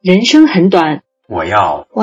人生很短， 我要活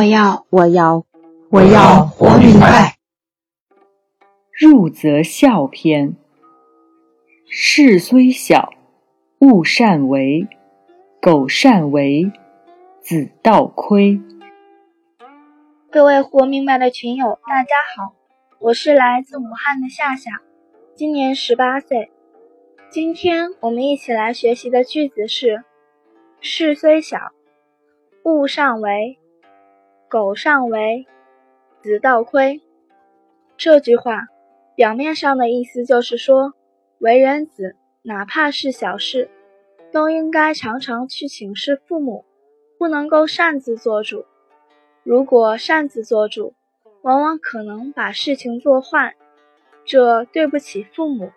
明白。 入则孝篇。事虽小，勿擅为，苟擅为，子道亏。 各位活明白的群友，大家好，我是来自武汉的夏夏，今年18岁。今天我们一起来学习的句子是：事虽小，勿擅为，苟擅为，子道亏。这句话表面上的意思就是说，为人子哪怕是小事，都应该常常去请示父母，不能够擅自做主。如果擅自做主，往往可能把事情做坏，这对不起父母，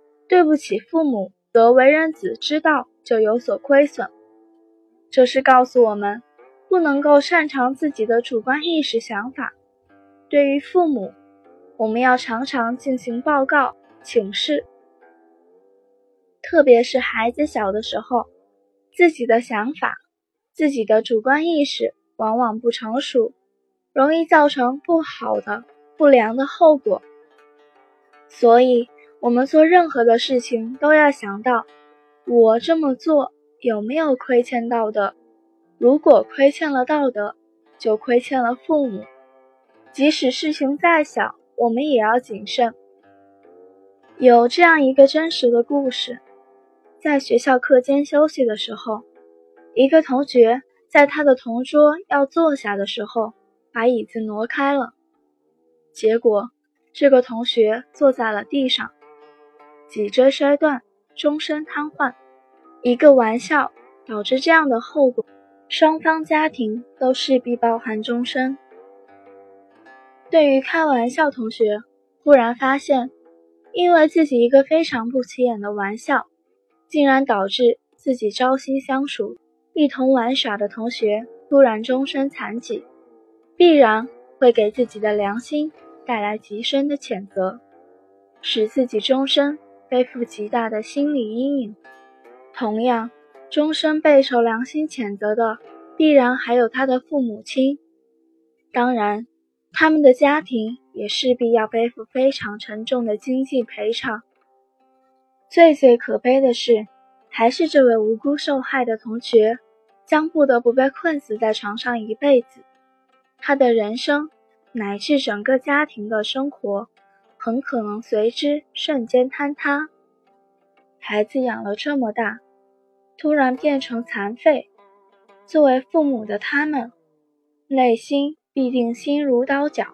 则为人子之道就有所亏损。这是告诉我们，不能够擅长自己的主观意识想法。对于父母，我们要常常进行报告、请示。特别是孩子小的时候，自己的想法、自己的主观意识往往不成熟，容易造成不好的、不良的后果。所以，我们做任何的事情都要想到，我这么做有没有亏欠道德？如果亏欠了道德，就亏欠了父母。即使事情再小，我们也要谨慎。有这样一个真实的故事，在学校课间休息的时候，一个同学在他的同桌要坐下的时候，把椅子挪开了。结果，这个同学坐在了地上，脊椎摔断，终身瘫痪。一个玩笑导致这样的后果，双方家庭都势必包含终身。对于开玩笑同学，忽然发现，因为自己一个非常不起眼的玩笑，竟然导致自己朝夕相处、一同玩耍的同学突然终身残疾，必然会给自己的良心带来极深的谴责，使自己终身背负极大的心理阴影。同样，终身备受良心谴责的，必然还有他的父母亲。当然，他们的家庭也势必要背负非常沉重的经济赔偿。最可悲的是，还是这位无辜受害的同学，将不得不被困死在床上一辈子。他的人生乃至整个家庭的生活，很可能随之瞬间坍塌。孩子养了这么大，突然变成残废，作为父母的他们，内心必定心如刀绞。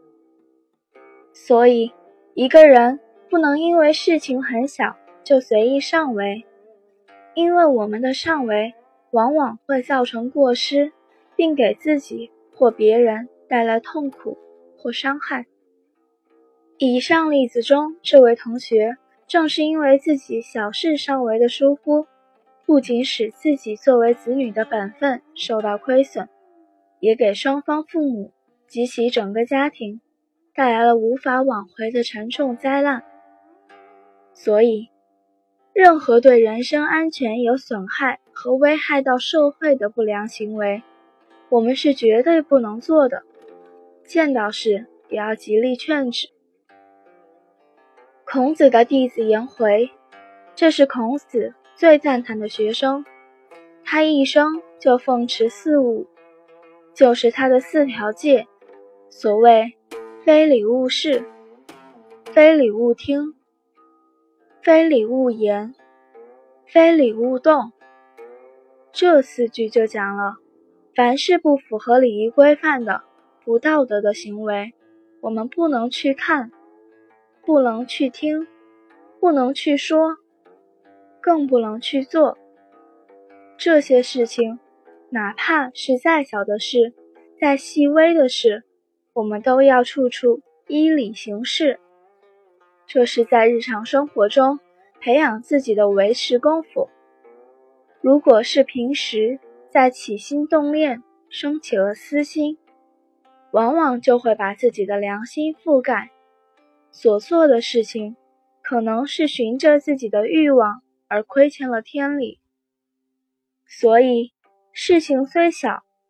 所以，一个人不能因为事情很小就随意擅为，因为我们的擅为往往会造成过失，并给自己或别人带来痛苦或伤害。以上例子中，这位同学正是因为自己小事稍微的疏忽，不仅使自己作为子女的本分受到亏损，也给双方父母及其整个家庭带来了无法挽回的沉重灾难。所以，任何对人身安全有损害和危害到社会的不良行为，我们是绝对不能做的，见到时也要极力劝止。孔子的弟子颜回，这是孔子最赞叹的学生，他一生就奉持四务，就是他的4条戒，所谓非礼勿视，非礼勿听，非礼勿言，非礼勿动。这4句就讲了，凡是不符合礼仪规范的、不道德的行为，我们不能去看，不能去听，不能去说，更不能去做。这些事情，哪怕是再小的事，再细微的事，我们都要处处依礼行事。这是在日常生活中培养自己的为持功夫。如果是平时在起心动念升起了私心，往往就会把自己的良心覆盖，所做的事情可能是循着自己的欲望而亏欠了天理。所以，事情虽小，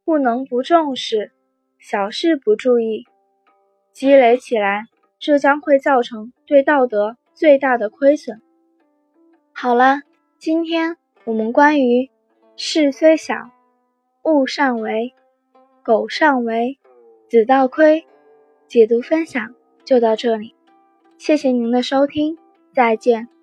不能不重视，小事不注意，积累起来，这将会造成对道德最大的亏损。好了，今天我们关于事虽小，勿擅为，苟擅为，子道亏解读分享就到这里，谢谢您的收听，再见。